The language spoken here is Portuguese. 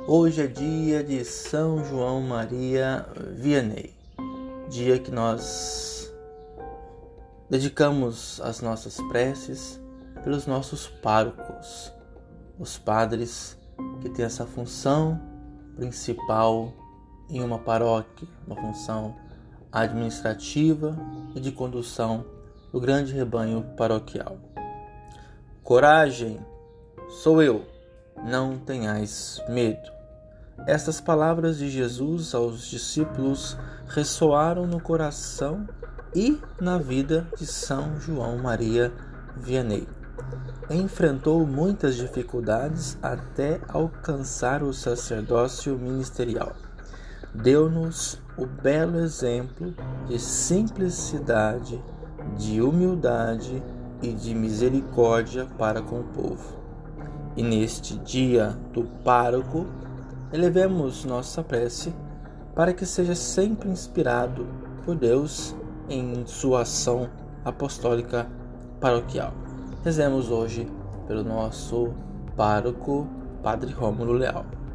Hoje é dia de São João Maria Vianney, dia que nós dedicamos as nossas preces pelos nossos párocos, os padres que têm essa função principal em uma paróquia, uma função administrativa e de condução do grande rebanho paroquial. Coragem, sou eu, não tenhais medo. Estas palavras de Jesus aos discípulos ressoaram no coração e na vida de São João Maria Vianney. Enfrentou muitas dificuldades até alcançar o sacerdócio ministerial. Deu-nos o belo exemplo de simplicidade, de humildade e de misericórdia para com o povo. E neste dia do pároco, elevemos nossa prece para que seja sempre inspirado por Deus em sua ação apostólica paroquial. Rezemos hoje pelo nosso pároco, Padre Rômulo Leal.